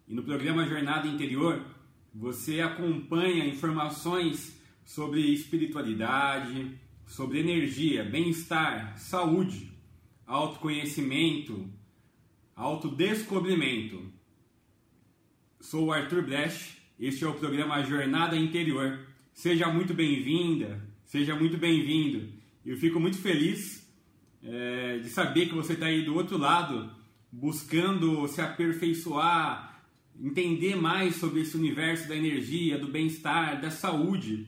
E no programa Jornada Interior, você acompanha informações sobre espiritualidade, sobre energia, bem-estar, saúde, autoconhecimento, autodescobrimento. Sou o Arthur Brecht, este é o programa Jornada Interior. Seja muito bem-vinda, seja muito bem-vindo. Eu fico muito feliz de saber que você está aí do outro lado, buscando se aperfeiçoar, entender mais sobre esse universo da energia, do bem-estar, da saúde.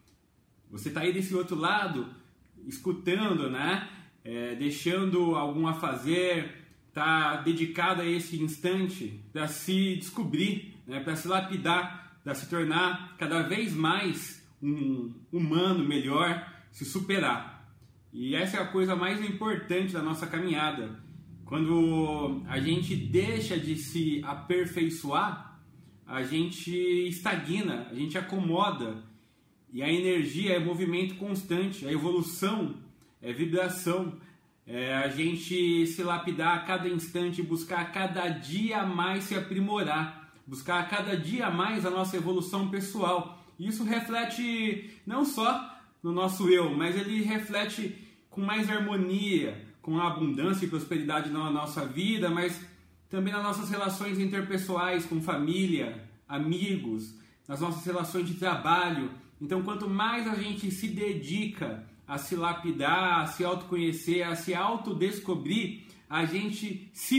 Você está aí desse outro lado, escutando, né? Deixando algum afazer, está dedicado a esse instante para se descobrir, né? Para se lapidar, para se tornar cada vez mais um humano melhor, se superar. E essa é a coisa mais importante da nossa caminhada. Quando a gente deixa de se aperfeiçoar, a gente estagna, a gente acomoda. E a energia é movimento constante, a evolução é vibração. A gente se lapidar a cada instante, buscar a cada dia mais se aprimorar, buscar a cada dia mais a nossa evolução pessoal. E isso reflete não só no nosso eu, mas ele reflete com mais harmonia, com abundância e prosperidade na nossa vida, mas também nas nossas relações interpessoais com família, amigos, nas nossas relações de trabalho. Então, quanto mais a gente se dedica a se lapidar, a se autoconhecer, a se autodescobrir, a gente se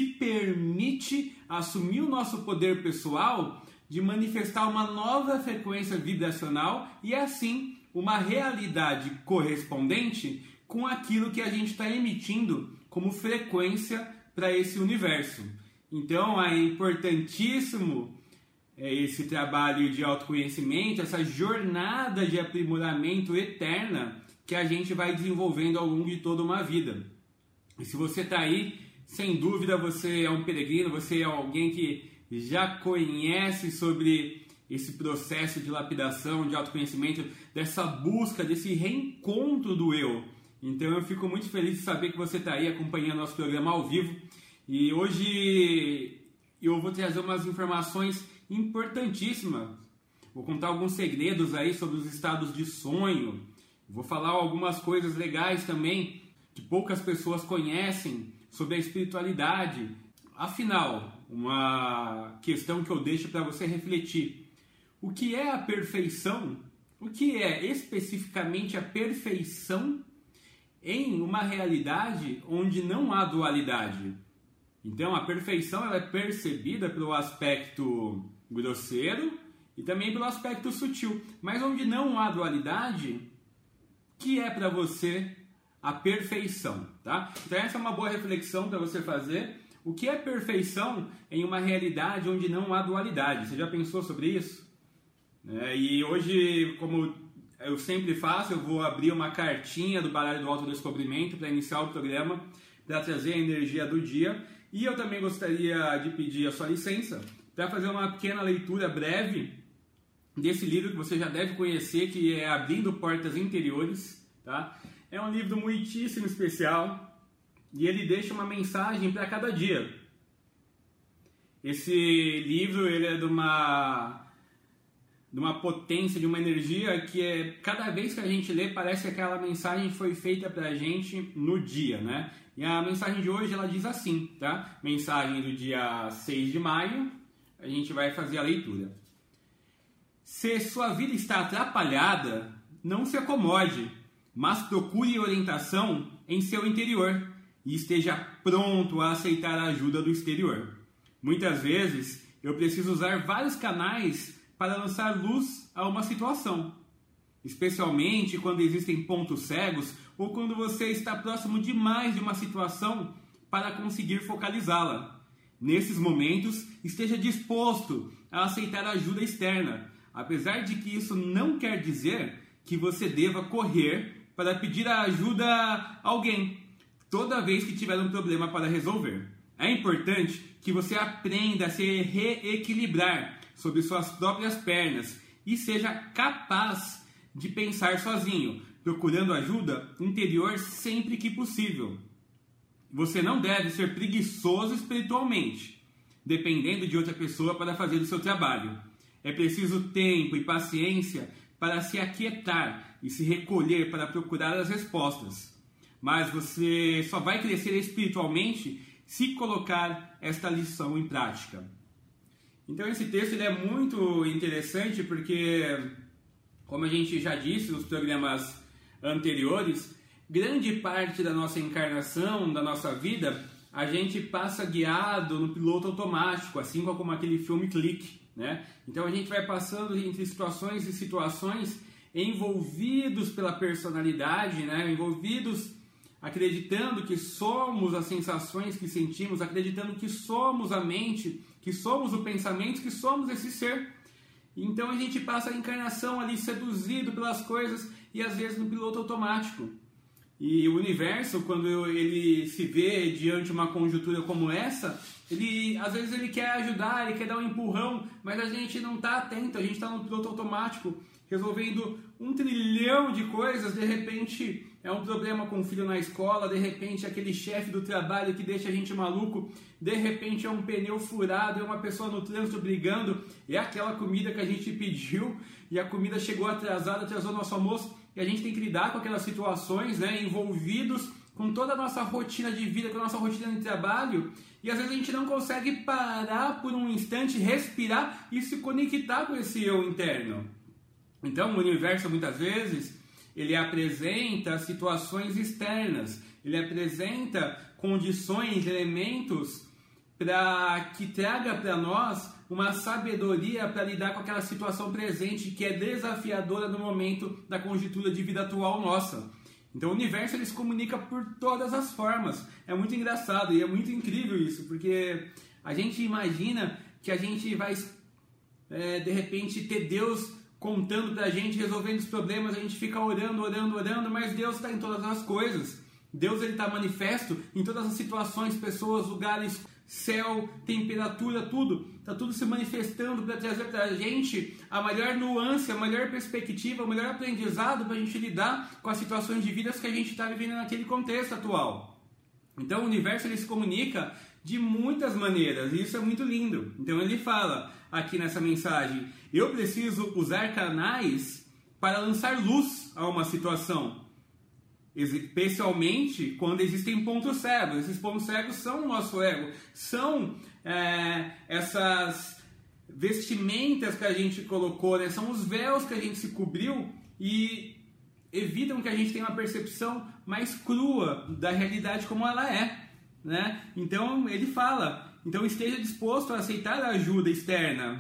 permite assumir o nosso poder pessoal de manifestar uma nova frequência vibracional e, assim, uma realidade correspondente com aquilo que a gente está emitindo como frequência para esse universo. Então é importantíssimo esse trabalho de autoconhecimento, essa jornada de aprimoramento eterna que a gente vai desenvolvendo ao longo de toda uma vida. E se você está aí, sem dúvida você é um peregrino, você é alguém que já conhece sobre esse processo de lapidação, de autoconhecimento, dessa busca, desse reencontro do eu. Então eu fico muito feliz de saber que você está aí acompanhando nosso programa ao vivo. E hoje eu vou trazer umas informações importantíssimas. Vou contar alguns segredos aí sobre os estados de sonho. Vou falar algumas coisas legais também que poucas pessoas conhecem sobre a espiritualidade. Afinal, uma questão que eu deixo para você refletir. O que é a perfeição? O que é especificamente a perfeição em uma realidade onde não há dualidade? Então, a perfeição ela é percebida pelo aspecto grosseiro e também pelo aspecto sutil. Mas onde não há dualidade, que é para você a perfeição, tá? Então, essa é uma boa reflexão para você fazer. O que é perfeição em uma realidade onde não há dualidade? Você já pensou sobre isso? E hoje, como eu sempre faço, eu vou abrir uma cartinha do baralho do autodescobrimento para iniciar o programa, para trazer a energia do dia. E eu também gostaria de pedir a sua licença para fazer uma pequena leitura breve desse livro que você já deve conhecer, que é Abrindo Portas Interiores. Tá? É um livro muitíssimo especial e ele deixa uma mensagem para cada dia. Esse livro ele é de uma potência, de uma energia que cada vez que a gente lê, parece que aquela mensagem foi feita pra gente no dia, né? E a mensagem de hoje, ela diz assim, tá? Mensagem do dia 6 de maio, a gente vai fazer a leitura. Se sua vida está atrapalhada, não se acomode, mas procure orientação em seu interior e esteja pronto a aceitar a ajuda do exterior. Muitas vezes, eu preciso usar vários canais para lançar luz a uma situação, especialmente quando existem pontos cegos ou quando você está próximo demais de uma situação para conseguir focalizá-la. Nesses momentos, esteja disposto a aceitar ajuda externa, apesar de que isso não quer dizer que você deva correr para pedir a ajuda a alguém toda vez que tiver um problema para resolver. É importante que você aprenda a se reequilibrar sobre suas próprias pernas e seja capaz de pensar sozinho, procurando ajuda interior sempre que possível. Você não deve ser preguiçoso espiritualmente, dependendo de outra pessoa para fazer o seu trabalho. É preciso tempo e paciência para se aquietar e se recolher para procurar as respostas. Mas você só vai crescer espiritualmente se colocar esta lição em prática. Então esse texto ele é muito interessante porque, como a gente já disse nos programas anteriores, grande parte da nossa encarnação, da nossa vida, a gente passa guiado no piloto automático, assim como aquele filme Clique, né? Então a gente vai passando entre situações e situações envolvidos pela personalidade, né? Envolvidos acreditando que somos as sensações que sentimos, acreditando que somos a mente, que somos o pensamento, que somos esse ser. Então a gente passa a encarnação ali seduzido pelas coisas e às vezes no piloto automático. E o universo, quando ele se vê diante de uma conjuntura como essa, às vezes ele quer ajudar, ele quer dar um empurrão, mas a gente não está atento, a gente está no piloto automático, resolvendo 1 trilhão de coisas. De repente é um problema com o filho na escola, de repente é aquele chefe do trabalho que deixa a gente maluco, de repente é um pneu furado, é uma pessoa no trânsito brigando, é aquela comida que a gente pediu e a comida chegou atrasada, atrasou nosso almoço, e a gente tem que lidar com aquelas situações, né, envolvidos com toda a nossa rotina de vida, com a nossa rotina de trabalho, e às vezes a gente não consegue parar por um instante, respirar e se conectar com esse eu interno. Então o universo muitas vezes ele apresenta situações externas, ele apresenta condições, elementos para que traga para nós uma sabedoria para lidar com aquela situação presente que é desafiadora no momento da conjuntura de vida atual nossa. Então o universo ele se comunica por todas as formas. É muito engraçado e é muito incrível isso, porque a gente imagina que a gente vai de repente ter Deus contando pra gente, resolvendo os problemas, a gente fica orando, mas Deus está em todas as coisas. Deus ele está manifesto em todas as situações, pessoas, lugares, céu, temperatura, tudo. Está tudo se manifestando para trazer para a gente a maior nuance, a maior perspectiva, o melhor aprendizado para a gente lidar com as situações de vida que a gente está vivendo naquele contexto atual. Então o universo ele se comunica de muitas maneiras e isso é muito lindo. Então ele fala aqui nessa mensagem: eu preciso usar canais para lançar luz a uma situação, especialmente quando existem pontos cegos. Esses pontos cegos são o nosso ego, são essas vestimentas que a gente colocou, né? São os véus que a gente se cobriu e evitam que a gente tenha uma percepção mais crua da realidade como ela é, né? Então ele fala, então esteja disposto a aceitar a ajuda externa.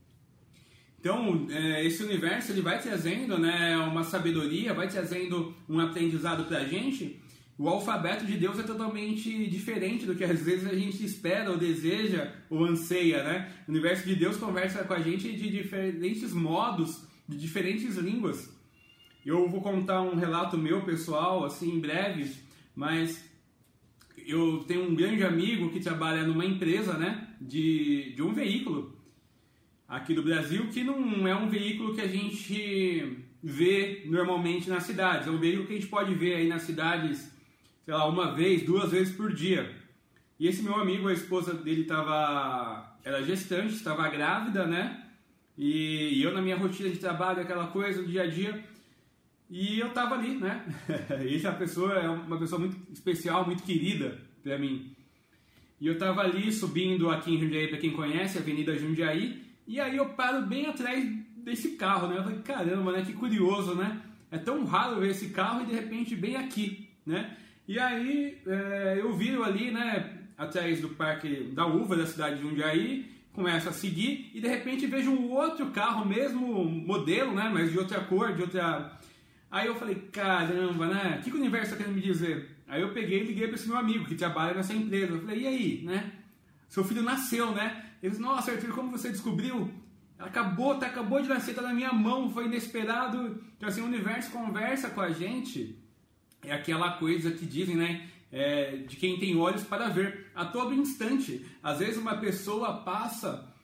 Então esse universo ele vai trazendo, né, uma sabedoria, vai trazendo um aprendizado pra gente. O alfabeto de Deus é totalmente diferente do que às vezes a gente espera ou deseja ou anseia, né? O universo de Deus conversa com a gente de diferentes modos, de diferentes línguas. Eu vou contar um relato meu pessoal, assim, em breve, mas eu tenho um grande amigo que trabalha numa empresa, né, de um veículo aqui do Brasil, que não é um veículo que a gente vê normalmente nas cidades. É um veículo que a gente pode ver aí nas cidades, sei lá, 1 vez, 2 vezes por dia. E esse meu amigo, a esposa dele era gestante, estava grávida, né? E eu na minha rotina de trabalho, aquela coisa do dia a dia, e eu estava ali, né? Essa pessoa é uma pessoa muito especial, muito querida para mim. E eu estava ali subindo aqui em Jundiaí, para quem conhece, a Avenida Jundiaí, e aí eu paro bem atrás desse carro, né? Eu falei, caramba, né? Que curioso, né? É tão raro ver esse carro e de repente bem aqui, né? E aí eu viro ali, né? Atrás do Parque da Uva da cidade de Jundiaí, começo a seguir e de repente vejo um outro carro, mesmo modelo, né? Mas de outra cor, de outra... Aí eu falei, caramba, né? O que o universo está querendo me dizer? Aí eu peguei e liguei para esse meu amigo que trabalha nessa empresa. Eu falei, e aí, né? Seu filho nasceu, né? Ele disse, nossa, Arthur, como você descobriu? Acabou de nascer, tá na minha mão, foi inesperado. Então assim, o universo conversa com a gente. É aquela coisa que dizem, né? De quem tem olhos para ver a todo instante. Às vezes uma pessoa passa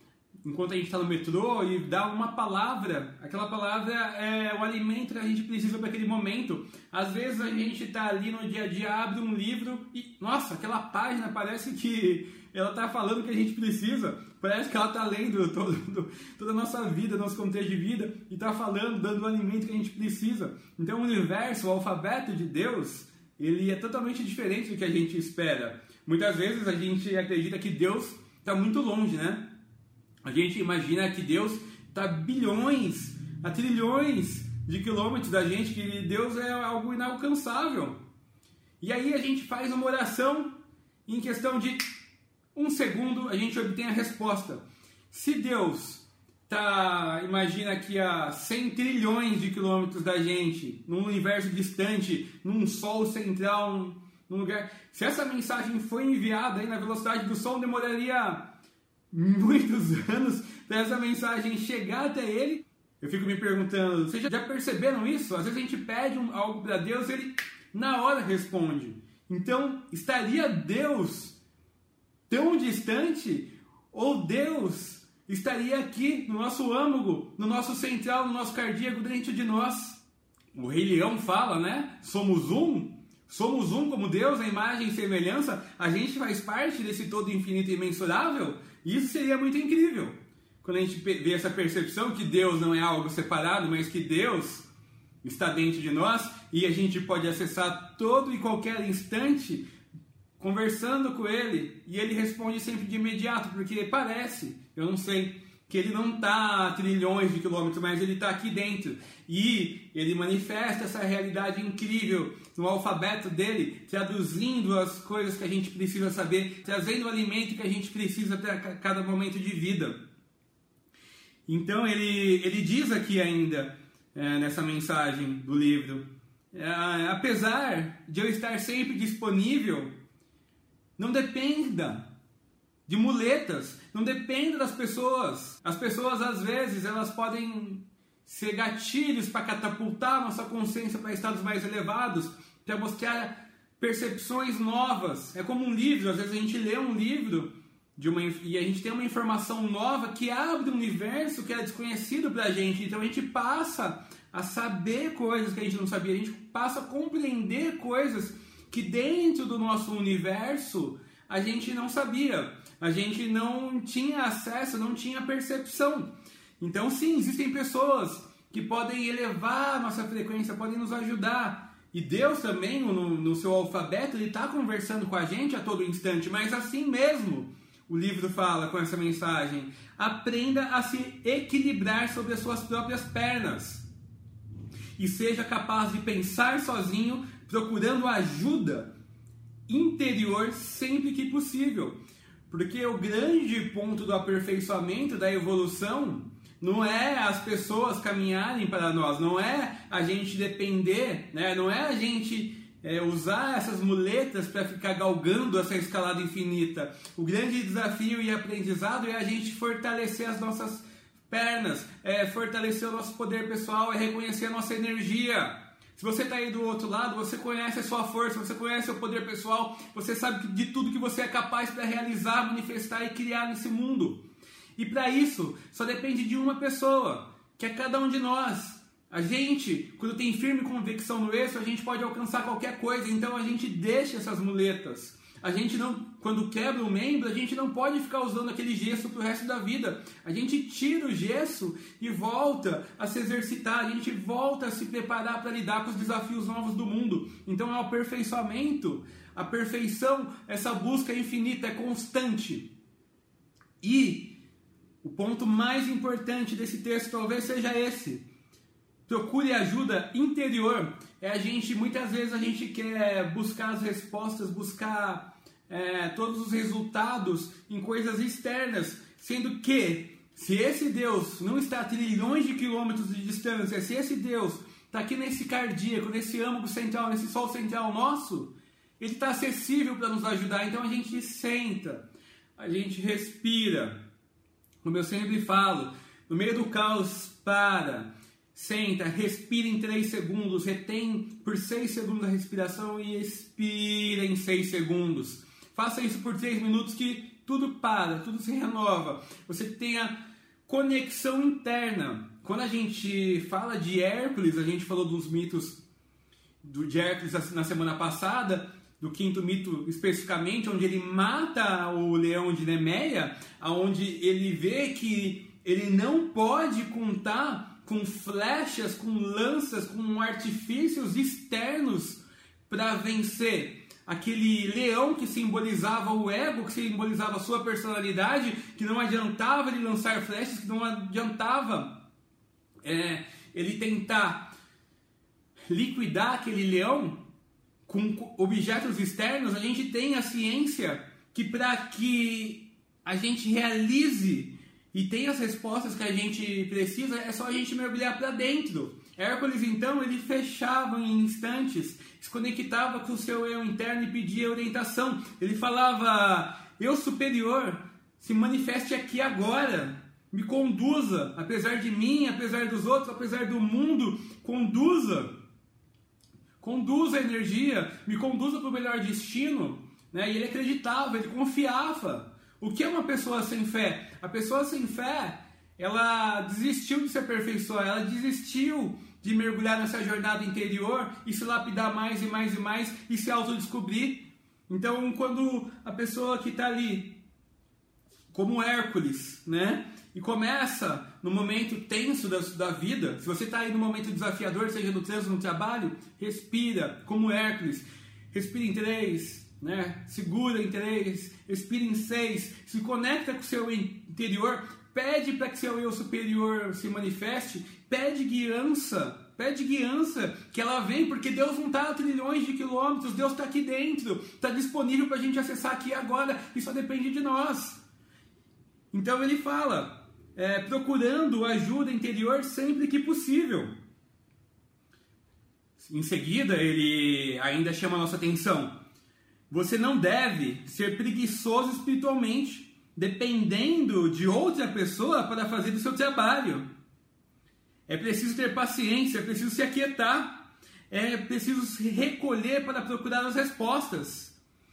enquanto a gente está no metrô e dá uma palavra, aquela palavra é o alimento que a gente precisa para aquele momento. Às vezes a gente está ali no dia a dia, abre um livro e, nossa, aquela página parece que ela está falando o que a gente precisa, parece que ela está lendo toda a nossa vida, nosso contexto de vida, e está falando, dando o alimento que a gente precisa. Então o universo, o alfabeto de Deus, ele é totalmente diferente do que a gente espera. Muitas vezes a gente acredita que Deus está muito longe, né? A gente imagina que Deus está a bilhões, a trilhões de quilômetros da gente, que Deus é algo inalcançável. E aí a gente faz uma oração e em questão de 1 segundo a gente obtém a resposta. Se Deus imagina que a 100 trilhões de quilômetros da gente, num universo distante, num sol central, num lugar... Se essa mensagem foi enviada aí na velocidade do som, demoraria muitos anos para essa mensagem chegar até ele. Eu fico me perguntando, vocês já perceberam isso? Às vezes a gente pede algo para Deus e ele na hora responde. Então, estaria Deus tão distante? Ou Deus estaria aqui no nosso âmago, no nosso central, no nosso cardíaco, dentro de nós? O Rei Leão fala, né? Somos um como Deus, a imagem e semelhança. A gente faz parte desse todo infinito e imensurável. Isso seria muito incrível. Quando a gente vê essa percepção que Deus não é algo separado, mas que Deus está dentro de nós e a gente pode acessar todo e qualquer instante conversando com Ele, e Ele responde sempre de imediato, porque parece, eu não sei, que Ele não está a trilhões de quilômetros, mas Ele está aqui dentro, e Ele manifesta essa realidade incrível no alfabeto dele, traduzindo as coisas que a gente precisa saber, trazendo o alimento que a gente precisa para cada momento de vida. Então ele diz aqui ainda, nessa mensagem do livro, apesar de eu estar sempre disponível, não dependa de muletas, não dependa das pessoas. As pessoas, às vezes, elas podem ser gatilhos para catapultar a nossa consciência para estados mais elevados, para mostrar percepções novas. É como um livro, às vezes a gente lê um livro e a gente tem uma informação nova que abre um universo que é desconhecido para a gente. Então a gente passa a saber coisas que a gente não sabia, a gente passa a compreender coisas que dentro do nosso universo a gente não sabia, a gente não tinha acesso, não tinha percepção. Então sim, existem pessoas que podem elevar a nossa frequência, podem nos ajudar. E Deus também, no seu alfabeto, Ele está conversando com a gente a todo instante, mas assim mesmo, o livro fala com essa mensagem, aprenda a se equilibrar sobre as suas próprias pernas e seja capaz de pensar sozinho, procurando ajuda interior sempre que possível. Porque o grande ponto do aperfeiçoamento, da evolução, não é as pessoas caminharem para nós, não é a gente depender, né? Não é a gente usar essas muletas para ficar galgando essa escalada infinita. O grande desafio e aprendizado é a gente fortalecer as nossas pernas, fortalecer o nosso poder pessoal, reconhecer a nossa energia. Se você está aí do outro lado, você conhece a sua força, você conhece o poder pessoal, você sabe de tudo que você é capaz para realizar, manifestar e criar nesse mundo. E para isso, só depende de uma pessoa, que é cada um de nós. A gente, quando tem firme convicção no eixo, a gente pode alcançar qualquer coisa, então a gente deixa essas muletas. A gente não, quando quebra o membro, a gente não pode ficar usando aquele gesso pro resto da vida. A gente tira o gesso e volta a se exercitar, a gente volta a se preparar para lidar com os desafios novos do mundo. Então é o aperfeiçoamento, a perfeição, essa busca infinita, é constante. E o ponto mais importante desse texto talvez seja esse. Procure ajuda interior. Muitas vezes a gente quer buscar as respostas, buscar todos os resultados em coisas externas, sendo que se esse Deus não está a trilhões de quilômetros de distância, se esse Deus está aqui nesse cardíaco, nesse âmago central, nesse sol central nosso, Ele está acessível para nos ajudar. Então a gente senta, a gente respira. Como eu sempre falo, no meio do caos, senta, respira em 3 segundos, retém por 6 segundos a respiração e expira em 6 segundos. Faça isso por 3 minutos que tudo para, tudo se renova. Você tenha conexão interna. Quando a gente fala de Hércules, a gente falou dos mitos de Hércules na semana passada, do quinto mito especificamente, onde ele mata o leão de Nemeia, onde ele vê que ele não pode contar com flechas, com lanças, com artifícios externos para vencer aquele leão que simbolizava o ego, que simbolizava a sua personalidade, que não adiantava ele lançar flechas, que não adiantava ele tentar liquidar aquele leão com objetos externos. A gente tem a ciência que para que a gente realize e tenha as respostas que a gente precisa, é só a gente mergulhar para dentro. Hércules, então, ele fechava em instantes, se conectava com o seu eu interno e pedia orientação. Ele falava: eu superior, se manifeste aqui agora, me conduza, apesar de mim, apesar dos outros, apesar do mundo, conduza a energia, me conduza para o melhor destino, né? E ele acreditava, ele confiava. O que é uma pessoa sem fé? A pessoa sem fé, ela desistiu de se aperfeiçoar, ela desistiu de mergulhar nessa jornada interior e se lapidar mais e mais e mais e se autodescobrir. Então, quando a pessoa que está ali, como Hércules, né? E começa no momento tenso da vida, se você está aí no momento desafiador, seja no trânsito, no trabalho, respira como Hércules, respira em 3, né? Segura em 3, respira em 6, se conecta com o seu interior, pede para que seu eu superior se manifeste, pede guiança, que ela vem, porque Deus não está a trilhões de quilômetros, Deus está aqui dentro, está disponível para a gente acessar aqui agora, e só depende de nós. Então ele fala, procurando ajuda interior sempre que possível. Em seguida, ele ainda chama a nossa atenção. Você não deve ser preguiçoso espiritualmente, dependendo de outra pessoa para fazer o seu trabalho. É preciso ter paciência, é preciso se aquietar, é preciso se recolher para procurar as respostas.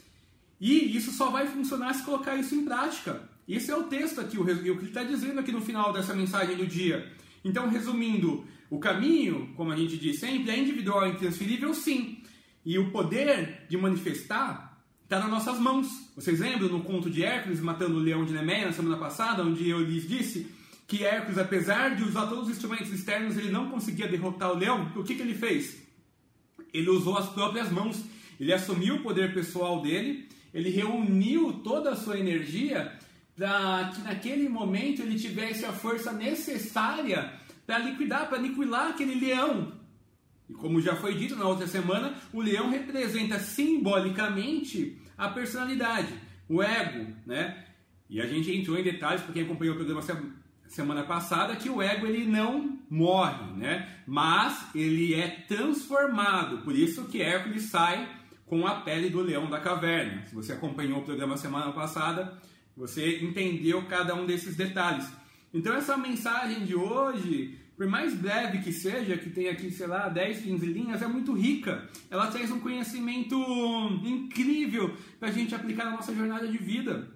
E isso só vai funcionar se colocar isso em prática. Esse é o texto aqui, o que ele está dizendo aqui no final dessa mensagem do dia. Então, resumindo, o caminho, como a gente diz sempre, é individual e intransferível, sim. E o poder de manifestar está nas nossas mãos. Vocês lembram no conto de Hércules matando o leão de Nemeia na semana passada, onde eu lhes disse que Hércules, apesar de usar todos os instrumentos externos, ele não conseguia derrotar o leão? O que ele fez? Ele usou as próprias mãos. Ele assumiu o poder pessoal dele, ele reuniu toda a sua energia para que naquele momento ele tivesse a força necessária para liquidar, para aniquilar aquele leão. E como já foi dito na outra semana, o leão representa simbolicamente a personalidade, o ego, né? E a gente entrou em detalhes, para quem acompanhou o programa semana passada, que o ego ele não morre, né? Mas ele é transformado, por isso que Hércules sai com a pele do leão da caverna. Se você acompanhou o programa semana passada, você entendeu cada um desses detalhes. Então essa mensagem de hoje, por mais breve que seja, que tem aqui, 10, 15 linhas, é muito rica. Ela traz um conhecimento incrível para a gente aplicar na nossa jornada de vida.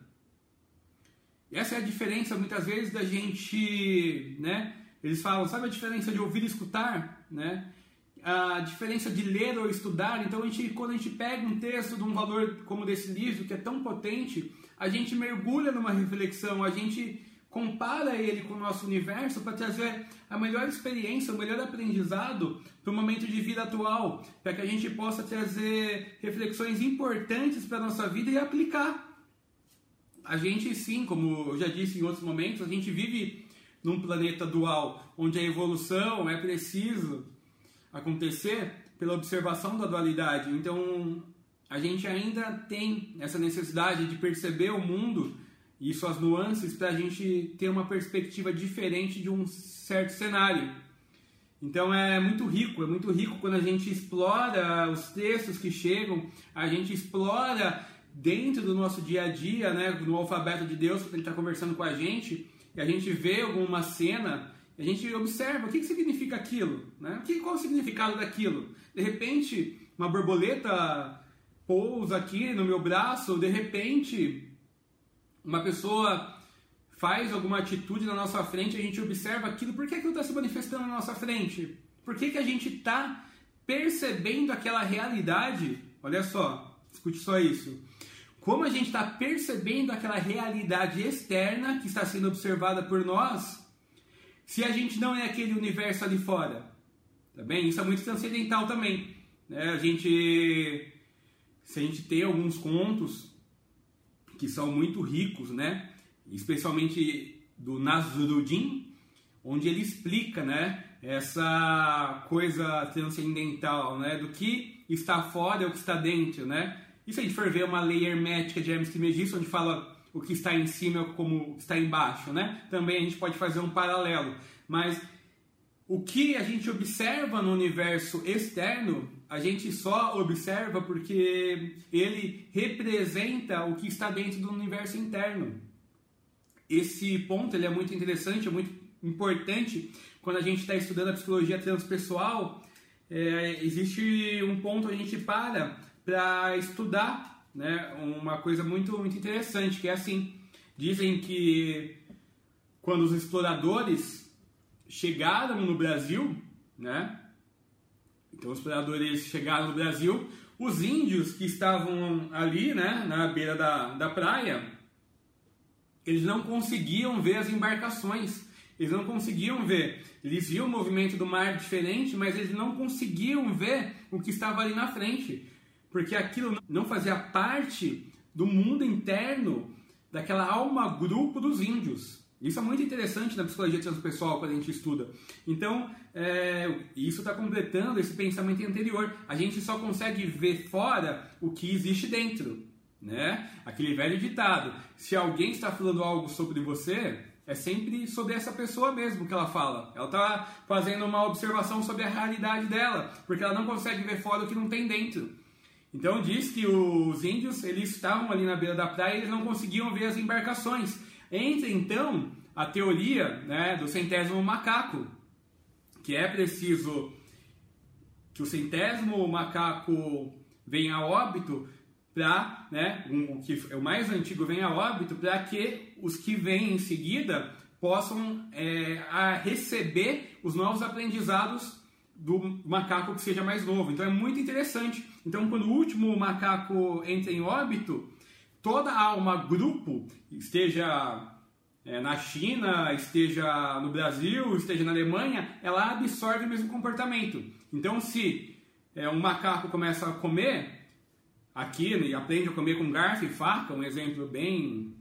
E essa é a diferença, muitas vezes, da gente, né? Eles falam, sabe a diferença de ouvir e escutar, né? A diferença de ler ou estudar. Então, quando a gente pega um texto de um valor como desse livro, que é tão potente, a gente mergulha numa reflexão, a gente compara ele com o nosso universo para trazer a melhor experiência, o melhor aprendizado para o momento de vida atual, para que a gente possa trazer reflexões importantes para a nossa vida e aplicar. A gente, sim, como eu já disse em outros momentos, a gente vive num planeta dual, onde a evolução é preciso acontecer pela observação da dualidade. Então, a gente ainda tem essa necessidade de perceber o mundo e suas nuances para a gente ter uma perspectiva diferente de um certo cenário. Então é muito rico quando a gente explora os textos que chegam, a gente explora dentro do nosso dia a dia, né, no alfabeto de Deus, que ele está conversando com a gente, e a gente vê alguma cena, a gente observa o que significa aquilo, né? Qual é o significado daquilo? De repente, uma borboleta pousa aqui no meu braço, de repente, uma pessoa faz alguma atitude na nossa frente, a gente observa aquilo, por que aquilo está se manifestando na nossa frente? Por que a gente está percebendo aquela realidade? Olha só, escute só isso. Como a gente está percebendo aquela realidade externa que está sendo observada por nós, se a gente não é aquele universo ali fora? Tá bem? Isso é muito transcendental também. Né? Se a gente tem alguns contos que são muito ricos, né? Especialmente do Nasruddin, onde ele explica, né, essa coisa transcendental, né, do que está fora e o que está dentro, né? E se a gente for ver uma lei hermética de Hermes Trismegisto, onde fala o que está em cima como está embaixo, né? Também a gente pode fazer um paralelo. Mas o que a gente observa no universo externo, a gente só observa porque ele representa o que está dentro do universo interno. Esse ponto ele é muito interessante, é muito importante quando a gente está estudando a psicologia transpessoal. Existe um ponto a gente para estudar, né, uma coisa muito, muito interessante, que é assim, dizem que quando os exploradores chegaram no Brasil, né, então os exploradores chegaram no Brasil, os índios que estavam ali, né, na beira da praia, eles não conseguiam ver as embarcações, eles não conseguiam ver, eles viam o movimento do mar diferente, mas eles não conseguiam ver o que estava ali na frente, porque aquilo não fazia parte do mundo interno daquela alma-grupo dos índios. Isso é muito interessante na psicologia transpessoal quando a gente estuda. Então, isso está completando esse pensamento anterior. A gente só consegue ver fora o que existe dentro, né? Aquele velho ditado: se alguém está falando algo sobre você, é sempre sobre essa pessoa mesmo que ela fala. Ela está fazendo uma observação sobre a realidade dela, porque ela não consegue ver fora o que não tem dentro. Então diz que os índios, eles estavam ali na beira da praia e eles não conseguiam ver as embarcações. Entra então a teoria, né, do centésimo macaco, que é preciso que o centésimo macaco venha a óbito para, né, o que é o mais antigo venha a óbito, para que os que vêm em seguida possam receber os novos aprendizados do macaco que seja mais novo. Então é muito interessante. Então quando o último macaco entra em óbito, toda a alma grupo, esteja na China, esteja no Brasil, esteja na Alemanha, ela absorve o mesmo comportamento. Então se um macaco começa a comer aqui, e aprende a comer com garfo e faca, um exemplo bem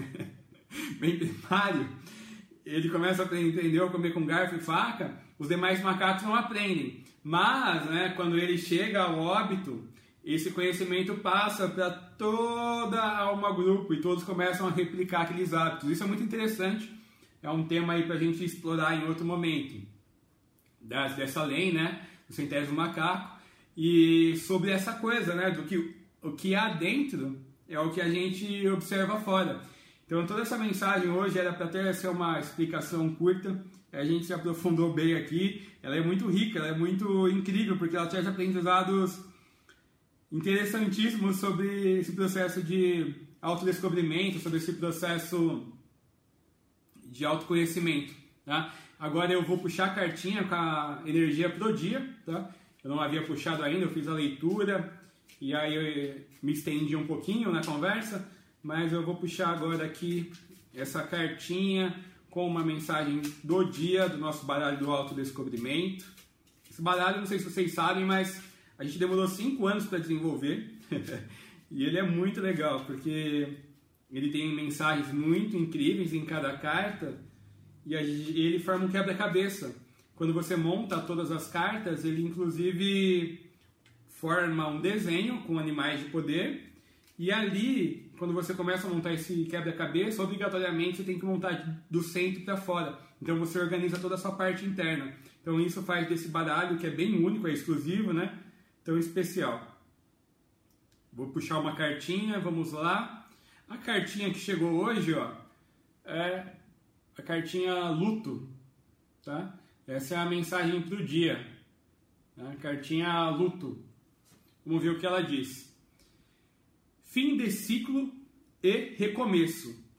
bem primário, ele começa a aprender a comer com garfo e faca, os demais macacos não aprendem. Mas, né, quando ele chega ao óbito, esse conhecimento passa para toda a alma grupo e todos começam a replicar aqueles hábitos. Isso é muito interessante, é um tema aí para a gente explorar em outro momento, dessa lei, né, do centésimo macaco, e sobre essa coisa, né, do que o que há dentro é o que a gente observa fora. Então toda essa mensagem hoje era para até ser uma explicação curta, a gente se aprofundou bem aqui, ela é muito rica, ela é muito incrível, porque ela traz aprendizados interessantíssimos sobre esse processo de autodescobrimento, sobre esse processo de autoconhecimento. Tá? Agora eu vou puxar a cartinha com a energia pro dia, tá? Eu não havia puxado ainda, eu fiz a leitura e aí eu me estendi um pouquinho na conversa, mas eu vou puxar agora aqui essa cartinha com uma mensagem do dia do nosso baralho do autodescobrimento. Esse baralho, não sei se vocês sabem, mas a gente demorou 5 anos para desenvolver e ele é muito legal, porque ele tem mensagens muito incríveis em cada carta e ele forma um quebra-cabeça. Quando você monta todas as cartas, ele inclusive forma um desenho com animais de poder e ali, quando você começa a montar esse quebra-cabeça, obrigatoriamente você tem que montar do centro para fora. Então você organiza toda a sua parte interna. Então isso faz desse baralho, que é bem único, é exclusivo, né? Tão especial. Vou puxar uma cartinha, vamos lá. A cartinha que chegou hoje, ó, é a cartinha luto, tá? Essa é a mensagem pro dia. Tá? Cartinha luto. Vamos ver o que ela diz. Fim de ciclo e recomeço.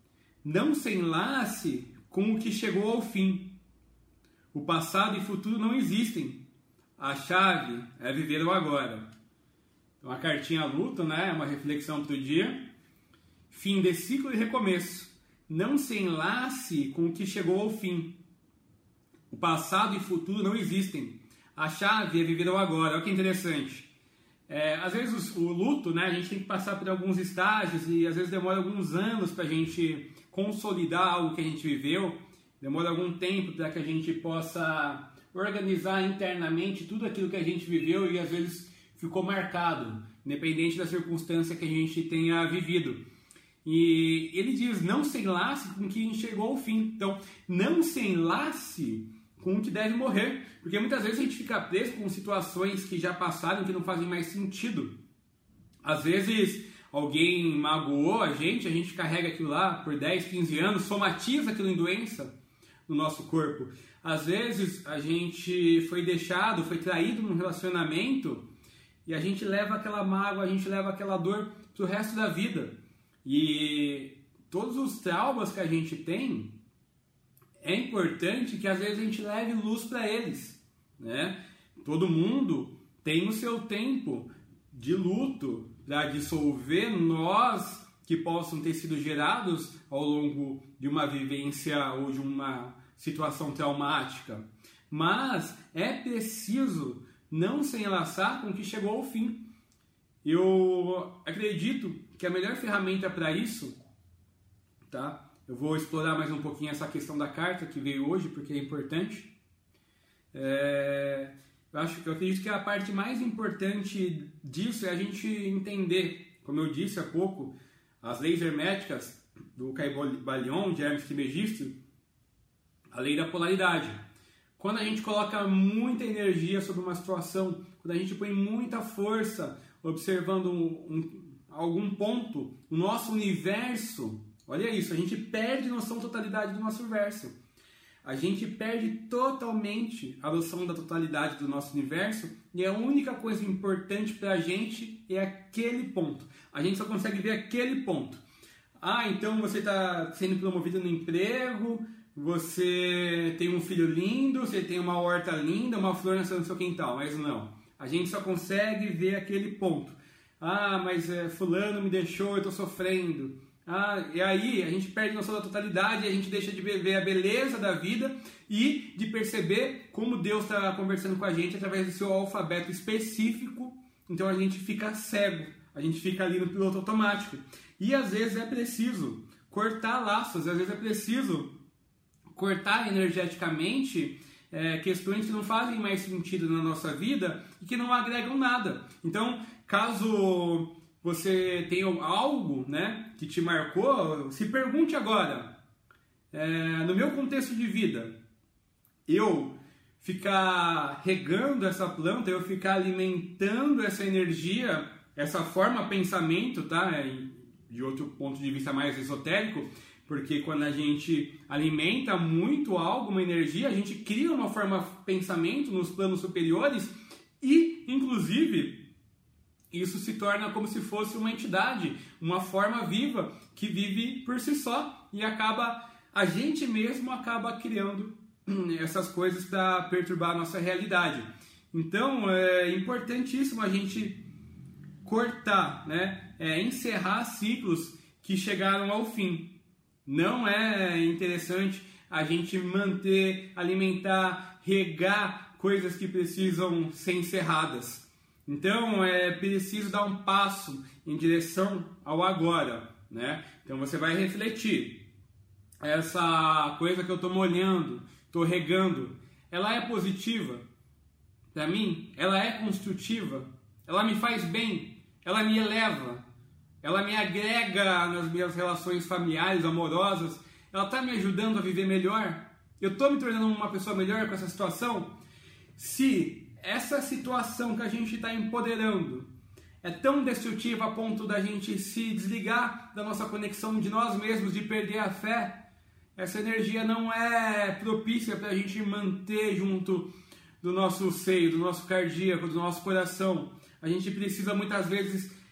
não se enlace com o que chegou ao fim. O passado e o futuro não existem. A chave é viver o agora. Uma cartinha luto, né? Uma reflexão para o dia. Fim de ciclo e recomeço. Não se enlace com o que chegou ao fim. O passado e o futuro não existem. A chave é viver o agora. Olha que interessante. Às vezes o luto, né? A gente tem que passar por alguns estágios e às vezes demora alguns anos para a gente consolidar algo que a gente viveu. Demora algum tempo para que a gente possa organizar internamente tudo aquilo que a gente viveu e às vezes ficou marcado, independente da circunstância que a gente tenha vivido. E ele diz, não se enlace com o que chegou ao fim. Então, não se enlace com o que deve morrer. Porque muitas vezes a gente fica preso com situações que já passaram, que não fazem mais sentido. Às vezes, alguém magoou a gente carrega aquilo lá por 10, 15 anos, somatiza aquilo em doença no nosso corpo. Às vezes, a gente foi deixado, foi traído num relacionamento e a gente leva aquela mágoa, a gente leva aquela dor pro resto da vida. E todos os traumas que a gente tem, é importante que às vezes a gente leve luz para eles, né? Todo mundo tem o seu tempo de luto para dissolver nós que possam ter sido gerados ao longo de uma vivência ou de uma situação traumática. Mas é preciso não se enlaçar com o que chegou ao fim. Eu acredito que a melhor ferramenta para isso, tá? Eu vou explorar mais um pouquinho essa questão da carta que veio hoje, porque é importante. Eu acredito que a parte mais importante disso é a gente entender, como eu disse há pouco, as leis herméticas do Caibalion, de Hermes Trismegisto, a lei da polaridade. Quando a gente coloca muita energia sobre uma situação, quando a gente põe muita força observando algum ponto, o nosso universo, olha isso, a gente perde noção da totalidade do nosso universo. A gente perde totalmente a noção da totalidade do nosso universo e a única coisa importante para a gente é aquele ponto. A gente só consegue ver aquele ponto. Então você está sendo promovido no emprego, você tem um filho lindo, você tem uma horta linda, uma flor nascendo no seu quintal, mas não. A gente só consegue ver aquele ponto. Mas fulano me deixou, eu estou sofrendo. E aí a gente perde noção da totalidade, a gente deixa de ver a beleza da vida e de perceber como Deus está conversando com a gente através do seu alfabeto específico. Então a gente fica cego, a gente fica ali no piloto automático. E às vezes é preciso cortar laços, às vezes é preciso cortar energeticamente questões que não fazem mais sentido na nossa vida e que não agregam nada. Então, caso você tenha algo, né, que te marcou, se pergunte agora, no meu contexto de vida, eu ficar regando essa planta, eu ficar alimentando essa energia, essa forma pensamento, tá? De outro ponto de vista mais esotérico, porque quando a gente alimenta muito algo, uma energia, a gente cria uma forma pensamento nos planos superiores e, inclusive, isso se torna como se fosse uma entidade, uma forma viva que vive por si só e a gente mesmo acaba criando essas coisas para perturbar a nossa realidade. Então é importantíssimo a gente cortar, né? Encerrar ciclos que chegaram ao fim. Não é interessante a gente manter, alimentar, regar coisas que precisam ser encerradas. Então é preciso dar um passo em direção ao agora, né? Então você vai refletir. Essa coisa que eu estou molhando, estou regando, ela é positiva para mim? Ela é construtiva? Ela me faz bem? Ela me eleva? Ela me agrega nas minhas relações familiares, amorosas? Ela está me ajudando a viver melhor? Eu estou me tornando uma pessoa melhor com essa situação? Se essa situação que a gente está empoderando é tão destrutiva a ponto da gente se desligar da nossa conexão de nós mesmos, de perder a fé, essa energia não é propícia para a gente manter junto do nosso seio, do nosso cardíaco, do nosso coração. A gente precisa muitas vezes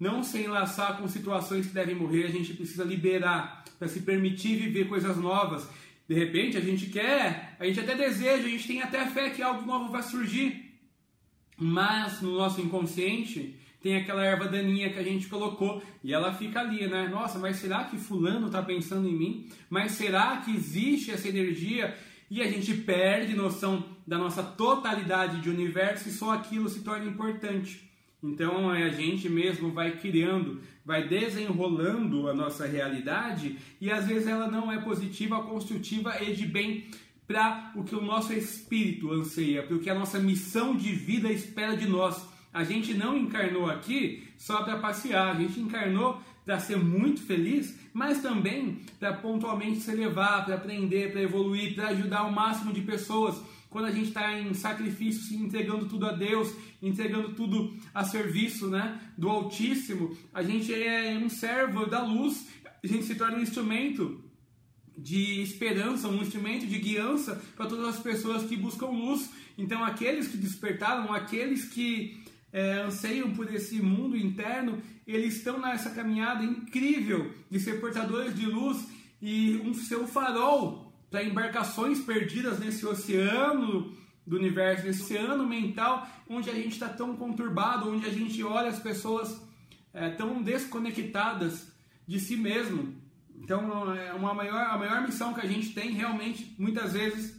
não se enlaçar com situações que devem morrer, a gente precisa liberar para se permitir viver coisas novas. De repente a gente quer, a gente até deseja, a gente tem até fé que algo novo vai surgir, mas no nosso inconsciente tem aquela erva daninha que a gente colocou e ela fica ali, né? Nossa, mas será que fulano está pensando em mim? Mas será que existe essa energia? E a gente perde noção da nossa totalidade de universo e só aquilo se torna importante. Então a gente mesmo vai criando, vai desenrolando a nossa realidade e às vezes ela não é positiva, construtiva e de bem para o que o nosso espírito anseia, para o que a nossa missão de vida espera de nós. A gente não encarnou aqui só para passear, a gente encarnou para ser muito feliz, mas também para pontualmente se elevar, para aprender, para evoluir, para ajudar o máximo de pessoas. Quando a gente está em sacrifício, se entregando tudo a Deus, entregando tudo a serviço, né, do Altíssimo, a gente é um servo da luz, a gente se torna um instrumento de esperança, um instrumento de guiança para todas as pessoas que buscam luz. Então aqueles que despertaram, aqueles que anseiam por esse mundo interno, eles estão nessa caminhada incrível de ser portadores de luz e ser um farol para embarcações perdidas nesse oceano do universo, nesse oceano mental, onde a gente está tão conturbado, onde a gente olha as pessoas tão desconectadas de si mesmo. Então, a maior missão que a gente tem, realmente, muitas vezes,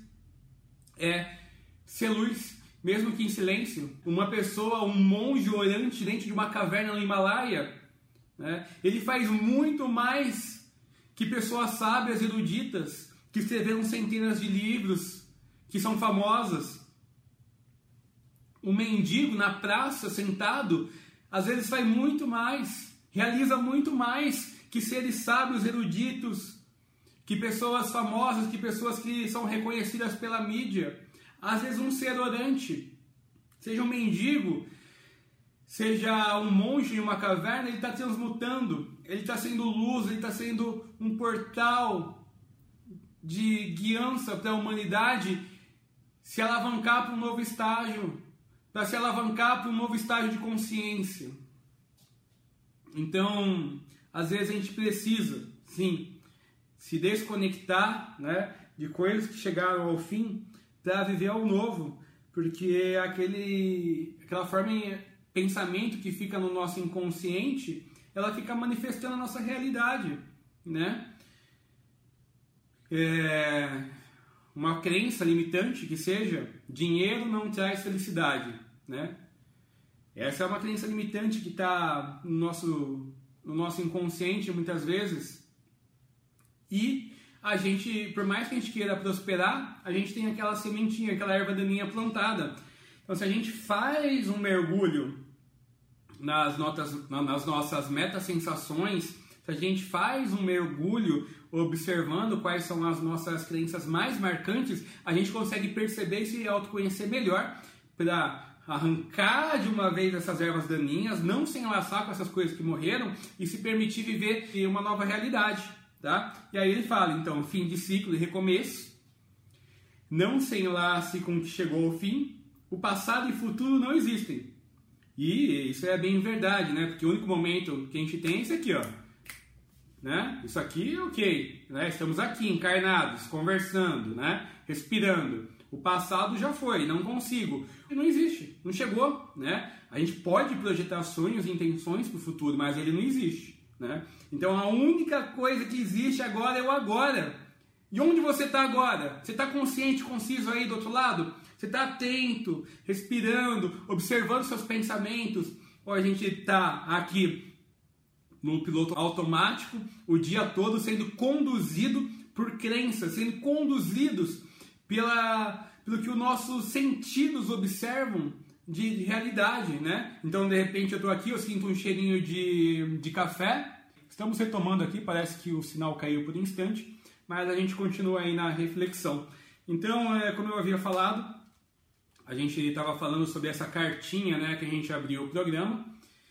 é ser luz, mesmo que em silêncio. Uma pessoa, um monge orante dentro de uma caverna no Himalaia, né, ele faz muito mais que pessoas sábias, eruditas, que escreveram centenas de livros, que são famosas. Um mendigo na praça, sentado, às vezes faz muito mais, realiza muito mais que seres sábios, eruditos, que pessoas famosas, que pessoas que são reconhecidas pela mídia. Às vezes um ser orante, seja um mendigo, seja um monge em uma caverna, ele está transmutando, ele está sendo luz, ele está sendo um portal de guiança para a humanidade se alavancar para um novo estágio, para se alavancar para um novo estágio de consciência. Então, às vezes a gente precisa, sim, se desconectar, né, de coisas que chegaram ao fim para viver ao novo, porque aquela forma de pensamento que fica no nosso inconsciente, ela fica manifestando a nossa realidade, né? Uma crença limitante que seja, dinheiro não traz felicidade, né? Essa é uma crença limitante que está no nosso inconsciente muitas vezes, e a gente, por mais que a gente queira prosperar, a gente tem aquela sementinha, aquela erva daninha plantada. Então, se a gente faz um mergulho nas nossas metasensações, se a gente faz um mergulho observando quais são as nossas crenças mais marcantes, a gente consegue perceber e se autoconhecer melhor para arrancar de uma vez essas ervas daninhas, não se enlaçar com essas coisas que morreram e se permitir viver em uma nova realidade, tá? E aí ele fala, então, fim de ciclo e recomeço, não se enlace com o que chegou ao fim, o passado e o futuro não existem. E isso é bem verdade, né? Porque o único momento que a gente tem é esse aqui, ó. Né? Isso aqui, ok, né? Estamos aqui encarnados, conversando, né? Respirando. O passado já foi, não consigo. Não existe, não chegou, né? A gente pode projetar sonhos e intenções para o futuro, mas ele não existe, né? Então a única coisa que existe agora é o agora. E onde você está agora? Você está consciente, conciso aí do outro lado? Você está atento, respirando, observando seus pensamentos? Ou a gente está aqui no piloto automático, o dia todo sendo conduzido por crenças, sendo conduzidos pelo que os nossos sentidos observam de realidade, né? Então, de repente, eu estou aqui, eu sinto um cheirinho de café. Estamos retomando aqui, parece que o sinal caiu por um instante, mas a gente continua aí na reflexão. Então, como eu havia falado, a gente estava falando sobre essa cartinha, né, que a gente abriu o programa,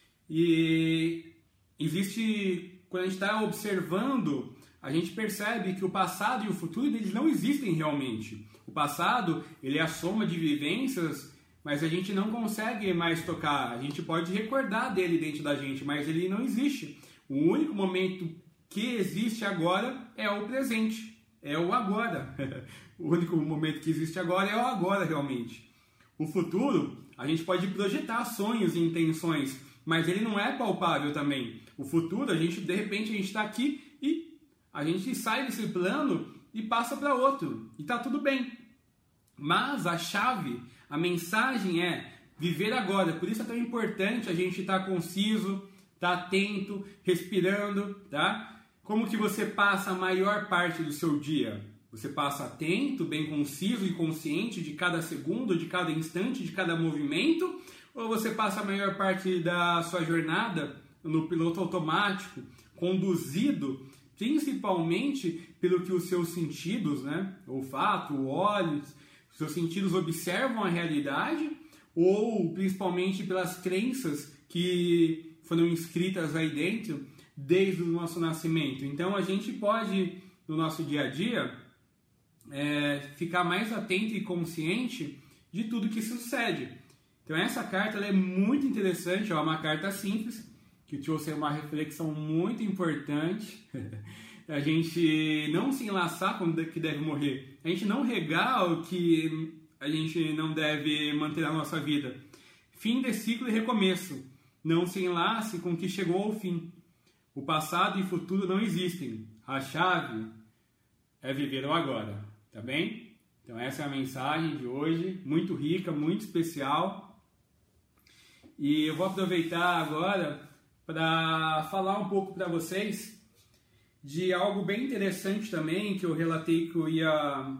e existe, quando a gente está observando, a gente percebe que o passado e o futuro eles não existem realmente. O passado ele é a soma de vivências mas a gente não consegue mais tocar. A gente pode recordar dele dentro da gente, mas ele não existe. O único momento que existe agora é o presente, é o agora. O único momento que existe agora é o agora, realmente. O futuro, a gente pode projetar sonhos e intenções, mas ele não é palpável também. O futuro, de repente, a gente está aqui e a gente sai desse plano e passa para outro. E está tudo bem. Mas a chave, a mensagem é viver agora. Por isso é tão importante a gente estar conciso, estar atento, respirando, tá? Como que você passa a maior parte do seu dia? Você passa atento, bem conciso e consciente de cada segundo, de cada instante, de cada movimento? Ou você passa a maior parte da sua jornada no piloto automático, conduzido principalmente pelo que os seus sentidos, né? Olfato, olhos, seus sentidos observam a realidade, ou principalmente pelas crenças que foram inscritas aí dentro desde o nosso nascimento. Então a gente pode, no nosso dia a dia, ficar mais atento e consciente de tudo que sucede. Então essa carta ela é muito interessante, é uma carta simples, que trouxe uma reflexão muito importante. A gente não se enlaçar quando que deve morrer, a gente não regar o que a gente não deve manter na nossa vida. Fim de ciclo e recomeço. Não se enlace com o que chegou ao fim. O passado e o futuro não existem. A chave é viver o agora, tá bem? Então essa é a mensagem de hoje, muito rica, muito especial. E eu vou aproveitar agora para falar um pouco para vocês de algo bem interessante também, que eu relatei que eu ia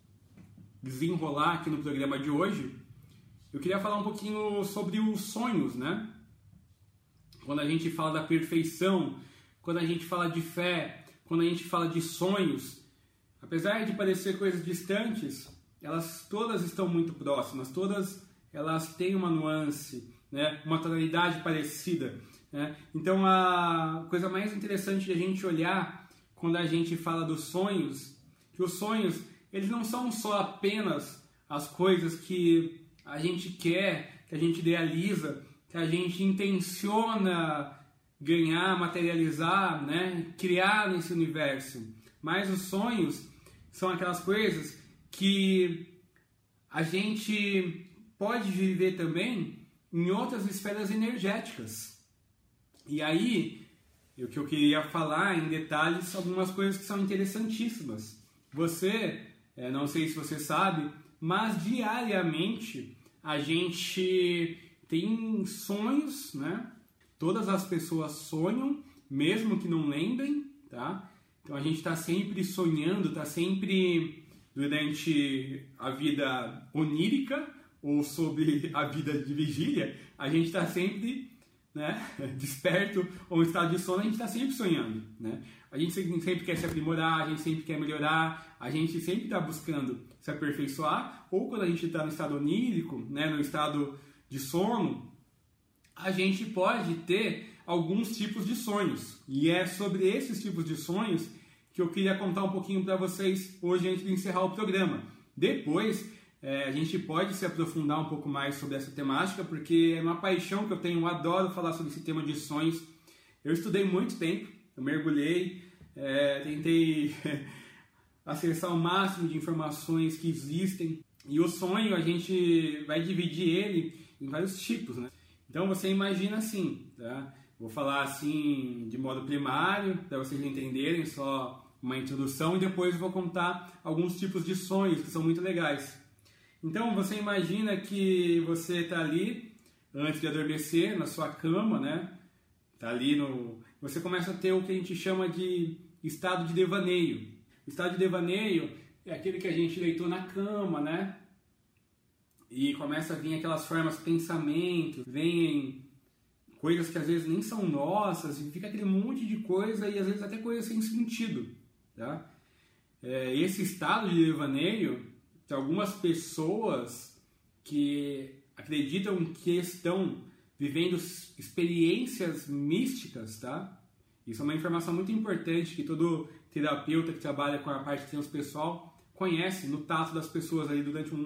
desenrolar aqui no programa de hoje. Eu queria falar um pouquinho sobre os sonhos, né? Quando a gente fala da perfeição, quando a gente fala de fé, quando a gente fala de sonhos, apesar de parecer coisas distantes, elas todas estão muito próximas, todas elas têm uma nuance, né? Uma tonalidade parecida, né? Então a coisa mais interessante de a gente olhar quando a gente fala dos sonhos, que os sonhos eles não são só apenas as coisas que a gente quer, que a gente idealiza, que a gente intenciona ganhar, materializar, né? Criar nesse universo. Mas os sonhos são aquelas coisas que a gente pode viver também em outras esferas energéticas. E aí, o que eu queria falar em detalhes, algumas coisas que são interessantíssimas. Você, não sei se você sabe, mas diariamente a gente tem sonhos, né? Todas as pessoas sonham, mesmo que não lembrem, tá? Então a gente está sempre sonhando, está sempre durante a vida onírica ou sobre a vida de vigília, a gente está sempre, né, desperto ou em estado de sono, a gente está sempre sonhando, né? A gente sempre quer se aprimorar, a gente sempre quer melhorar, a gente sempre está buscando se aperfeiçoar, ou quando a gente está no estado onírico, né, no estado de sono, a gente pode ter alguns tipos de sonhos. E é sobre esses tipos de sonhos que eu queria contar um pouquinho para vocês hoje antes de encerrar o programa. Depois, a gente pode se aprofundar um pouco mais sobre essa temática, porque é uma paixão que eu tenho, eu adoro falar sobre esse tema de sonhos. Eu estudei muito tempo, eu mergulhei, tentei acessar o máximo de informações que existem. E o sonho, a gente vai dividir ele em vários tipos, né? Então você imagina assim, tá? Vou falar assim de modo primário, para vocês entenderem, só uma introdução, e depois eu vou contar alguns tipos de sonhos que são muito legais. Então você imagina que você está ali, antes de adormecer, na sua cama, né? Tá ali você começa a ter o que a gente chama de estado de devaneio. O estado de devaneio é aquele que a gente deitou na cama, né? E começa a vir aquelas formas, pensamentos, vêm coisas que às vezes nem são nossas, e fica aquele monte de coisa e às vezes até coisa sem sentido, tá? Esse estado de devaneio, tem algumas pessoas que acreditam que estão vivendo experiências místicas, tá? Isso é uma informação muito importante que todo terapeuta que trabalha com a parte transpessoal conhece no tato das pessoas ali durante um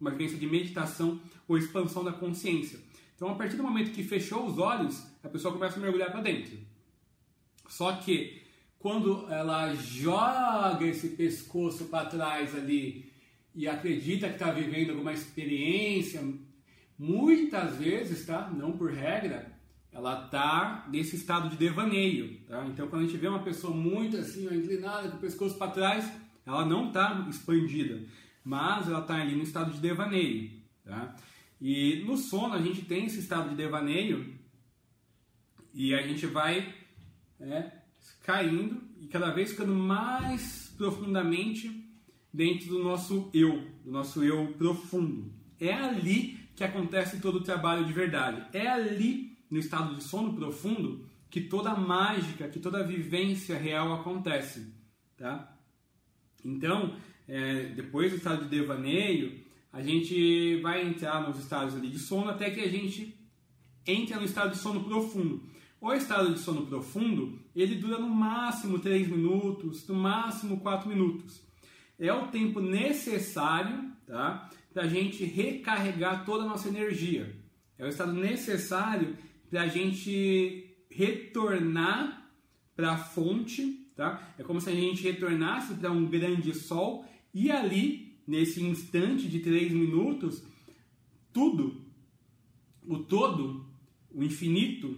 uma vivência de meditação ou expansão da consciência. Então, a partir do momento que fechou os olhos, a pessoa começa a mergulhar para dentro. Só que quando ela joga esse pescoço para trás ali e acredita que está vivendo alguma experiência, muitas vezes, tá? Não por regra, ela está nesse estado de devaneio. Tá? Então, quando a gente vê uma pessoa muito assim, inclinada, com o pescoço para trás, ela não está expandida, mas ela está ali no estado de devaneio. Tá? E no sono a gente tem esse estado de devaneio e a gente vai caindo e cada vez ficando mais profundamente dentro do nosso eu profundo. É ali que acontece todo o trabalho de verdade. É ali, no estado de sono profundo, que toda a mágica, que toda a vivência real acontece. Tá? Então, depois do estado de devaneio, a gente vai entrar nos estados ali de sono até que a gente entra no estado de sono profundo. O estado de sono profundo, ele dura no máximo 3 minutos, no máximo 4 minutos. É o tempo necessário, tá, para a gente recarregar toda a nossa energia. É o estado necessário para a gente retornar para a fonte, tá? É como se a gente retornasse para um grande sol e ali, nesse instante de 3 minutos, tudo, o todo, o infinito,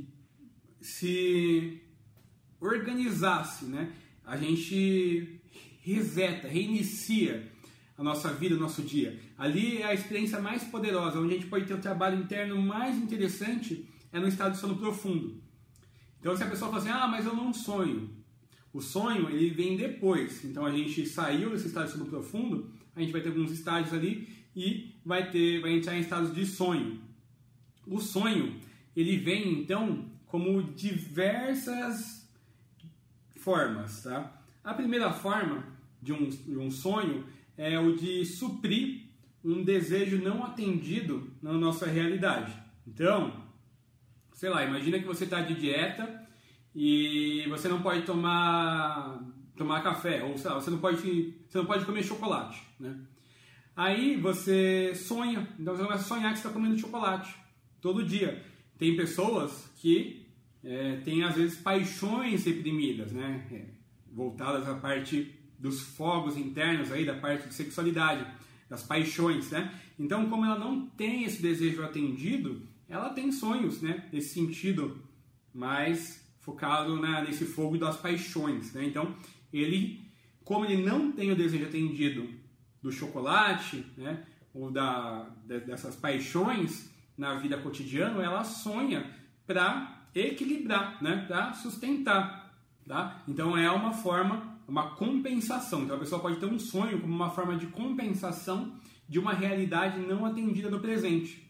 se organizasse, né? A gente reseta, reinicia a nossa vida, o nosso dia. Ali é a experiência mais poderosa, onde a gente pode ter o trabalho interno mais interessante, é no estado de sono profundo. Então, se a pessoa fala assim, mas eu não sonho. O sonho, ele vem depois. Então, a gente saiu desse estado de sono profundo, a gente vai ter alguns estágios ali e vai entrar em estados de sonho. O sonho, ele vem, então, como diversas formas, tá? A primeira forma de um sonho é o de suprir um desejo não atendido na nossa realidade. Então, sei lá, imagina que você está de dieta e você não pode tomar café, ou sei lá, você não pode comer chocolate, né? Aí você sonha, então você começa a sonhar que você está comendo chocolate todo dia. Tem pessoas que têm às vezes paixões reprimidas, né? Voltadas à parte dos fogos internos aí, da parte de sexualidade, das paixões, né? Então, como ela não tem esse desejo atendido, ela tem sonhos, né? Nesse sentido mais focado nesse fogo das paixões, né? Então, como ele não tem o desejo atendido do chocolate, né? Ou dessas paixões na vida cotidiana, ela sonha para equilibrar, né? Para sustentar, tá? Então, é uma forma, uma compensação. Então a pessoa pode ter um sonho como uma forma de compensação de uma realidade não atendida no presente.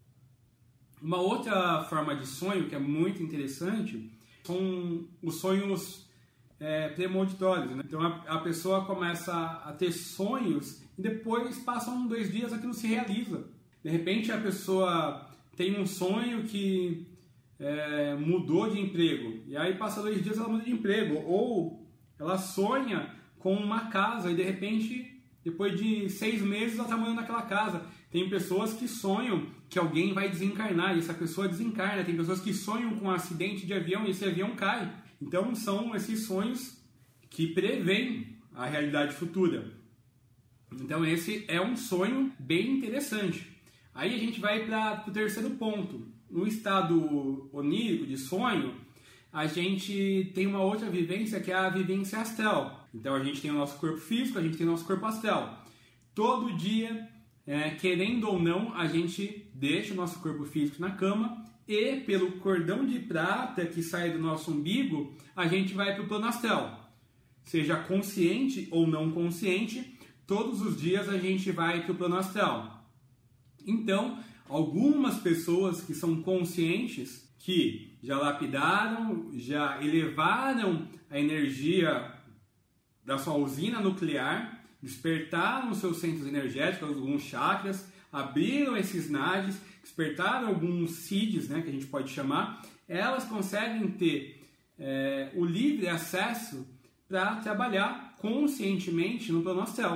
Uma outra forma de sonho que é muito interessante são os sonhos premonitórios, né? Então a pessoa começa a ter sonhos e depois passam 2 dias aquilo se realiza. De repente a pessoa tem um sonho que mudou de emprego e aí passa 2 dias ela muda de emprego, ou ela sonha com uma casa e de repente, depois de 6 meses, ela está morando naquela casa. Tem pessoas que sonham que alguém vai desencarnar e essa pessoa desencarna. Tem pessoas que sonham com um acidente de avião e esse avião cai. Então, são esses sonhos que preveem a realidade futura. Então, esse é um sonho bem interessante. Aí a gente vai para o terceiro ponto. No estado onírico de sonho, a gente tem uma outra vivência que é a vivência astral. Então a gente tem o nosso corpo físico, a gente tem o nosso corpo astral. Todo dia, querendo ou não, a gente deixa o nosso corpo físico na cama e pelo cordão de prata que sai do nosso umbigo, a gente vai para o plano astral. Seja consciente ou não consciente, todos os dias a gente vai para o plano astral. Então, algumas pessoas que são conscientes, que já lapidaram, já elevaram a energia da sua usina nuclear, despertaram os seus centros energéticos, alguns chakras, abriram esses nadis, despertaram alguns siddhis, né, que a gente pode chamar, elas conseguem ter o livre acesso para trabalhar conscientemente no plano astral.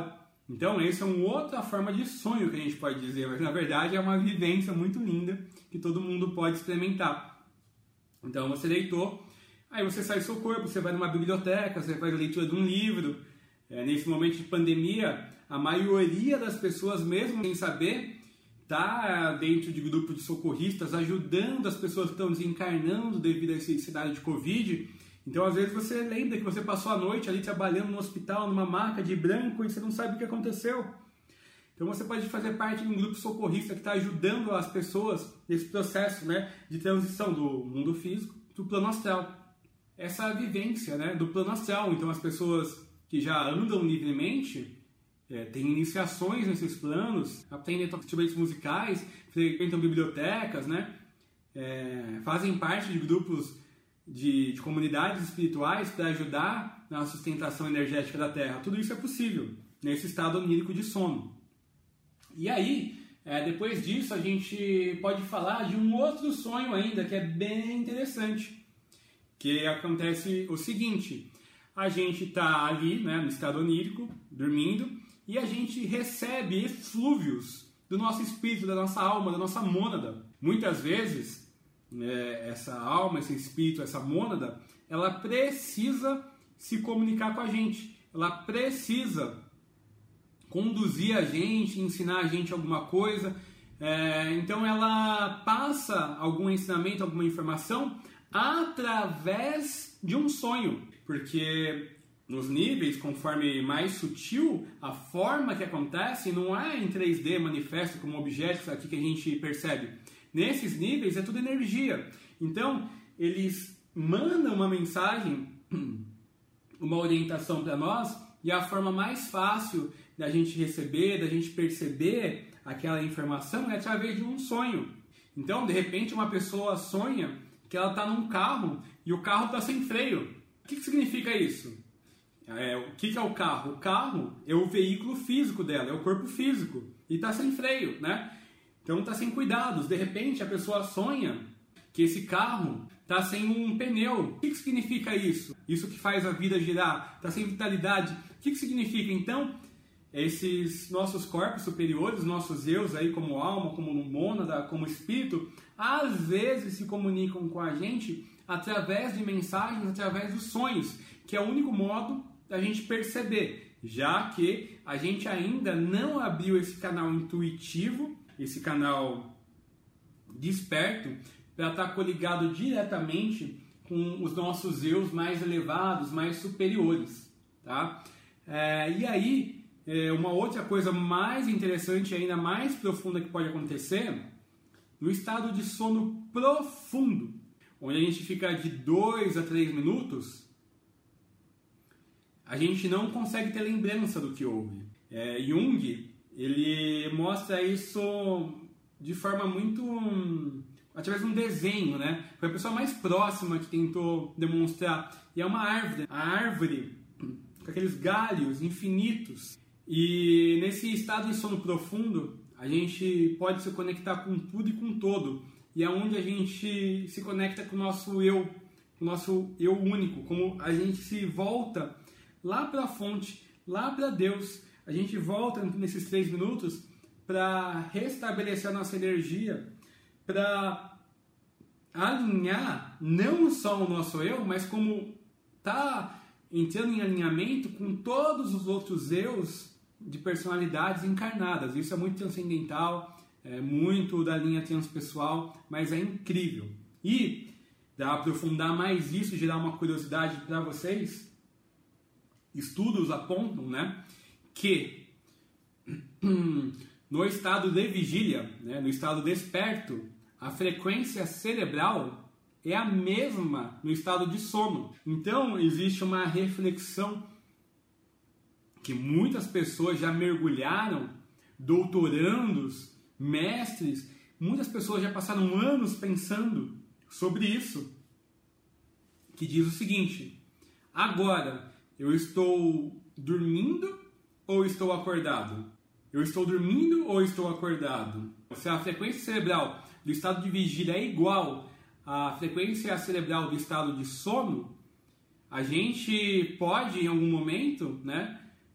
Então, essa é uma outra forma de sonho que a gente pode dizer, mas na verdade é uma vivência muito linda que todo mundo pode experimentar. Então, você deitou, aí você sai do seu corpo, você vai numa biblioteca, você faz a leitura de um livro. Nesse momento de pandemia, a maioria das pessoas, mesmo sem saber, está dentro de grupo de socorristas, ajudando as pessoas que estão desencarnando devido a esse cenário de Covid. Então, às vezes, você lembra que você passou a noite ali trabalhando no hospital, numa maca de branco, e você não sabe o que aconteceu. Então, você pode fazer parte de um grupo socorrista que está ajudando as pessoas nesse processo, né, de transição do mundo físico para o plano astral. Essa vivência, né, do plano astral. Então, as pessoas que já andam livremente têm iniciações nesses planos, aprendem instrumentos musicais, frequentam bibliotecas, né, fazem parte de grupos de comunidades espirituais para ajudar na sustentação energética da Terra. Tudo isso é possível nesse estado onírico de sono. E aí, depois disso, a gente pode falar de um outro sonho ainda que é bem interessante, que acontece o seguinte: a gente está ali, né, no estado onírico, dormindo, e a gente recebe eflúvios do nosso espírito, da nossa alma, da nossa mônada. Muitas vezes, essa alma, esse espírito, essa mônada, ela precisa se comunicar com a gente, ela precisa conduzir a gente, ensinar a gente alguma coisa, então ela passa algum ensinamento, alguma informação através de um sonho, porque nos níveis, conforme mais sutil, a forma que acontece não é em 3D manifesto como objetos aqui que a gente percebe. Nesses níveis é tudo energia. Então, eles mandam uma mensagem, uma orientação para nós, e a forma mais fácil da gente receber, da gente perceber aquela informação é através de um sonho. Então, de repente, uma pessoa sonha que ela está num carro e o carro está sem freio. O que significa isso? O que é o carro? O carro é o veículo físico dela, é o corpo físico, e está sem freio, né? Então está sem cuidados. De repente a pessoa sonha que esse carro está sem um pneu. O que significa isso? Isso que faz a vida girar. Está sem vitalidade. O que significa? Então, esses nossos corpos superiores, nossos eus aí como alma, como mônada, como espírito, às vezes se comunicam com a gente através de mensagens, através dos sonhos, que é o único modo da gente perceber, já que a gente ainda não abriu esse canal intuitivo, esse canal desperto, para estar coligado diretamente com os nossos eus mais elevados, mais superiores, tá? E aí, uma outra coisa mais interessante, ainda mais profunda que pode acontecer, no estado de sono profundo, onde a gente fica de 2 a 3 minutos, a gente não consegue ter lembrança do que houve. Jung, ele mostra isso de forma muito... através de um desenho, né? Foi a pessoa mais próxima que tentou demonstrar. E é uma árvore. A árvore com aqueles galhos infinitos. E nesse estado de sono profundo, a gente pode se conectar com tudo e com todo. E é onde a gente se conecta com o nosso eu único. Como a gente se volta lá para a fonte, lá para Deus. A gente volta nesses 3 minutos para restabelecer a nossa energia, para alinhar não só o nosso eu, mas como tá entrando em alinhamento com todos os outros eus de personalidades encarnadas. Isso é muito transcendental, é muito da linha transpessoal, mas é incrível. E para aprofundar mais isso, gerar uma curiosidade para vocês, estudos apontam, né, que no estado de vigília, né, no estado desperto, a frequência cerebral é a mesma no estado de sono. Então, existe uma reflexão que muitas pessoas já mergulharam, doutorandos, mestres, muitas pessoas já passaram anos pensando sobre isso, que diz o seguinte: agora, eu estou dormindo ou estou acordado? Eu estou dormindo ou estou acordado? Se a frequência cerebral do estado de vigília é igual à frequência cerebral do estado de sono, a gente pode, em algum momento, né,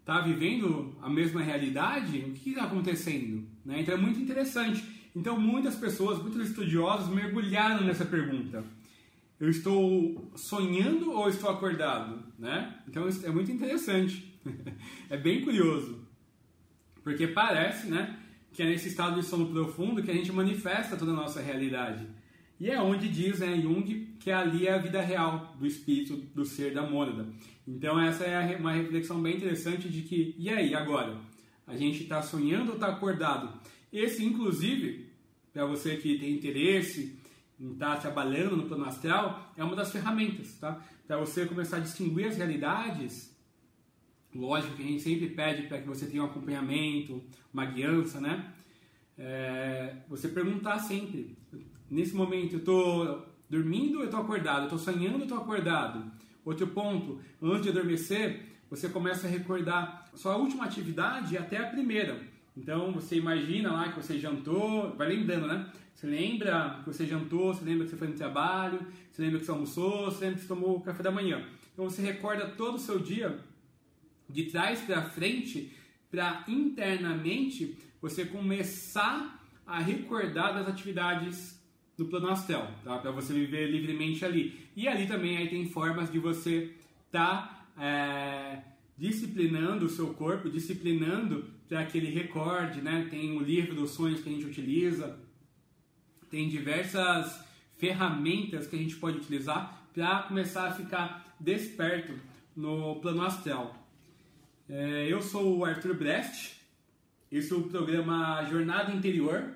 está vivendo a mesma realidade? O que está acontecendo? Né? Então é muito interessante. Então muitas pessoas, muitos estudiosos mergulharam nessa pergunta. Eu estou sonhando ou estou acordado? Né? Então é muito interessante. É bem curioso. Porque parece, né, que é nesse estado de sono profundo que a gente manifesta toda a nossa realidade. E é onde diz, né, Jung, que ali é a vida real do espírito, do ser, da mônada. Então essa é uma reflexão bem interessante de que, e aí, agora? A gente está sonhando ou está acordado? Esse, inclusive, para você que tem interesse em estar trabalhando no plano astral, é uma das ferramentas, tá? Para você começar a distinguir as realidades. Lógico que a gente sempre pede para que você tenha um acompanhamento, uma guiança, né? Você perguntar sempre, nesse momento eu estou dormindo ou eu estou acordado? Eu estou sonhando ou eu estou acordado? Outro ponto, antes de adormecer, você começa a recordar a sua última atividade até a primeira. Então você imagina lá que você jantou, vai lembrando, né? Você lembra que você jantou, você lembra que você foi no trabalho, você lembra que você almoçou, você lembra que você tomou o café da manhã. Então você recorda todo o seu dia de trás para frente, para internamente você começar a recordar das atividades do plano astral, tá? Para você viver livremente ali. E ali também aí tem formas de você estar disciplinando o seu corpo, disciplinando para que ele recorde, né? Tem o livro dos sonhos que a gente utiliza, tem diversas ferramentas que a gente pode utilizar para começar a ficar desperto no plano astral. Eu sou o Arthur Brest, esse é o programa Jornada Interior.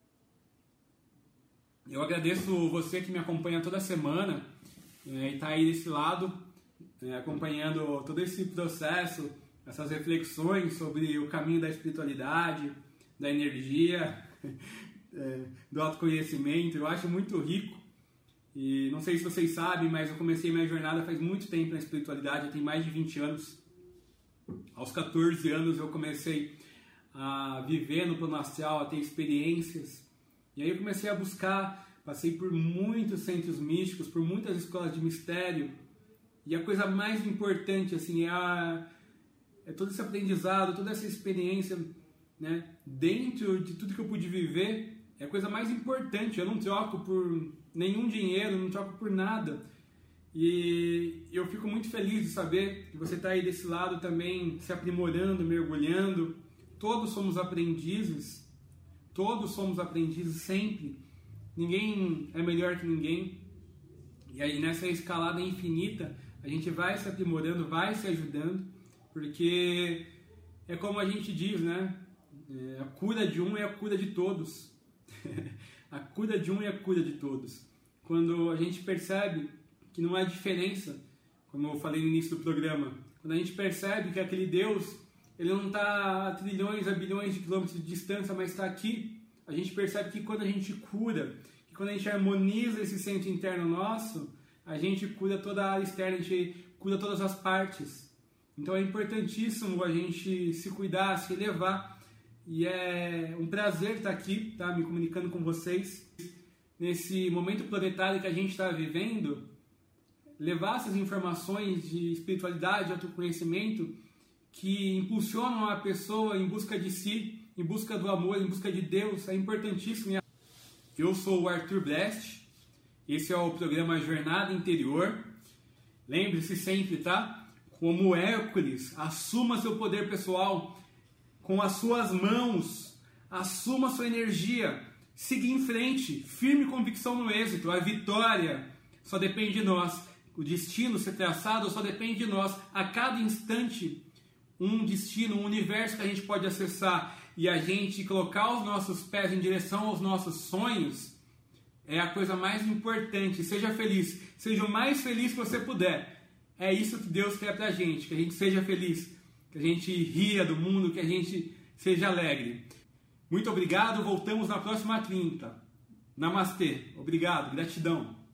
Eu agradeço você que me acompanha toda semana e está aí desse lado, acompanhando todo esse processo, essas reflexões sobre o caminho da espiritualidade, da energia, do autoconhecimento. Eu acho muito rico. E não sei se vocês sabem, mas eu comecei minha jornada faz muito tempo na espiritualidade, tem mais de 20 anos. Aos 14 anos eu comecei a viver no plano astral, a ter experiências. E aí eu comecei a buscar, passei por muitos centros místicos, por muitas escolas de mistério. E a coisa mais importante assim, é todo esse aprendizado, toda essa experiência, né, dentro de tudo que eu pude viver. É a coisa mais importante. Eu não troco por nenhum dinheiro, não troco por nada. E eu fico muito feliz de saber que você está aí desse lado também, se aprimorando, mergulhando. Todos somos aprendizes sempre. Ninguém é melhor que ninguém. E aí nessa escalada infinita, a gente vai se aprimorando, vai se ajudando, porque é como a gente diz, né? A cura de um é a cura de todos. A cura de um é a cura de todos. Quando a gente percebe que não há diferença, como eu falei no início do programa, quando a gente percebe que aquele Deus, ele não está a trilhões, a bilhões de quilômetros de distância, mas está aqui, a gente percebe que quando a gente cura, que quando a gente harmoniza esse centro interno nosso, a gente cura toda a área externa, a gente cura todas as partes. Então é importantíssimo a gente se cuidar, se elevar, e é um prazer estar aqui, tá, me comunicando com vocês, nesse momento planetário que a gente está vivendo, levar essas informações de espiritualidade, autoconhecimento, que impulsionam a pessoa em busca de si, em busca do amor, em busca de Deus, é importantíssimo. Eu sou o Arthur Brest, esse é o programa Jornada Interior. Lembre-se sempre, tá? Como Hércules, assuma seu poder pessoal com as suas mãos, assuma sua energia, siga em frente, firme convicção no êxito, a vitória só depende de nós. O destino ser traçado só depende de nós. A cada instante, um destino, um universo que a gente pode acessar e a gente colocar os nossos pés em direção aos nossos sonhos é a coisa mais importante. Seja feliz. Seja o mais feliz que você puder. É isso que Deus quer pra gente. Que a gente seja feliz. Que a gente ria do mundo. Que a gente seja alegre. Muito obrigado. Voltamos na próxima quinta. Namastê. Obrigado. Gratidão.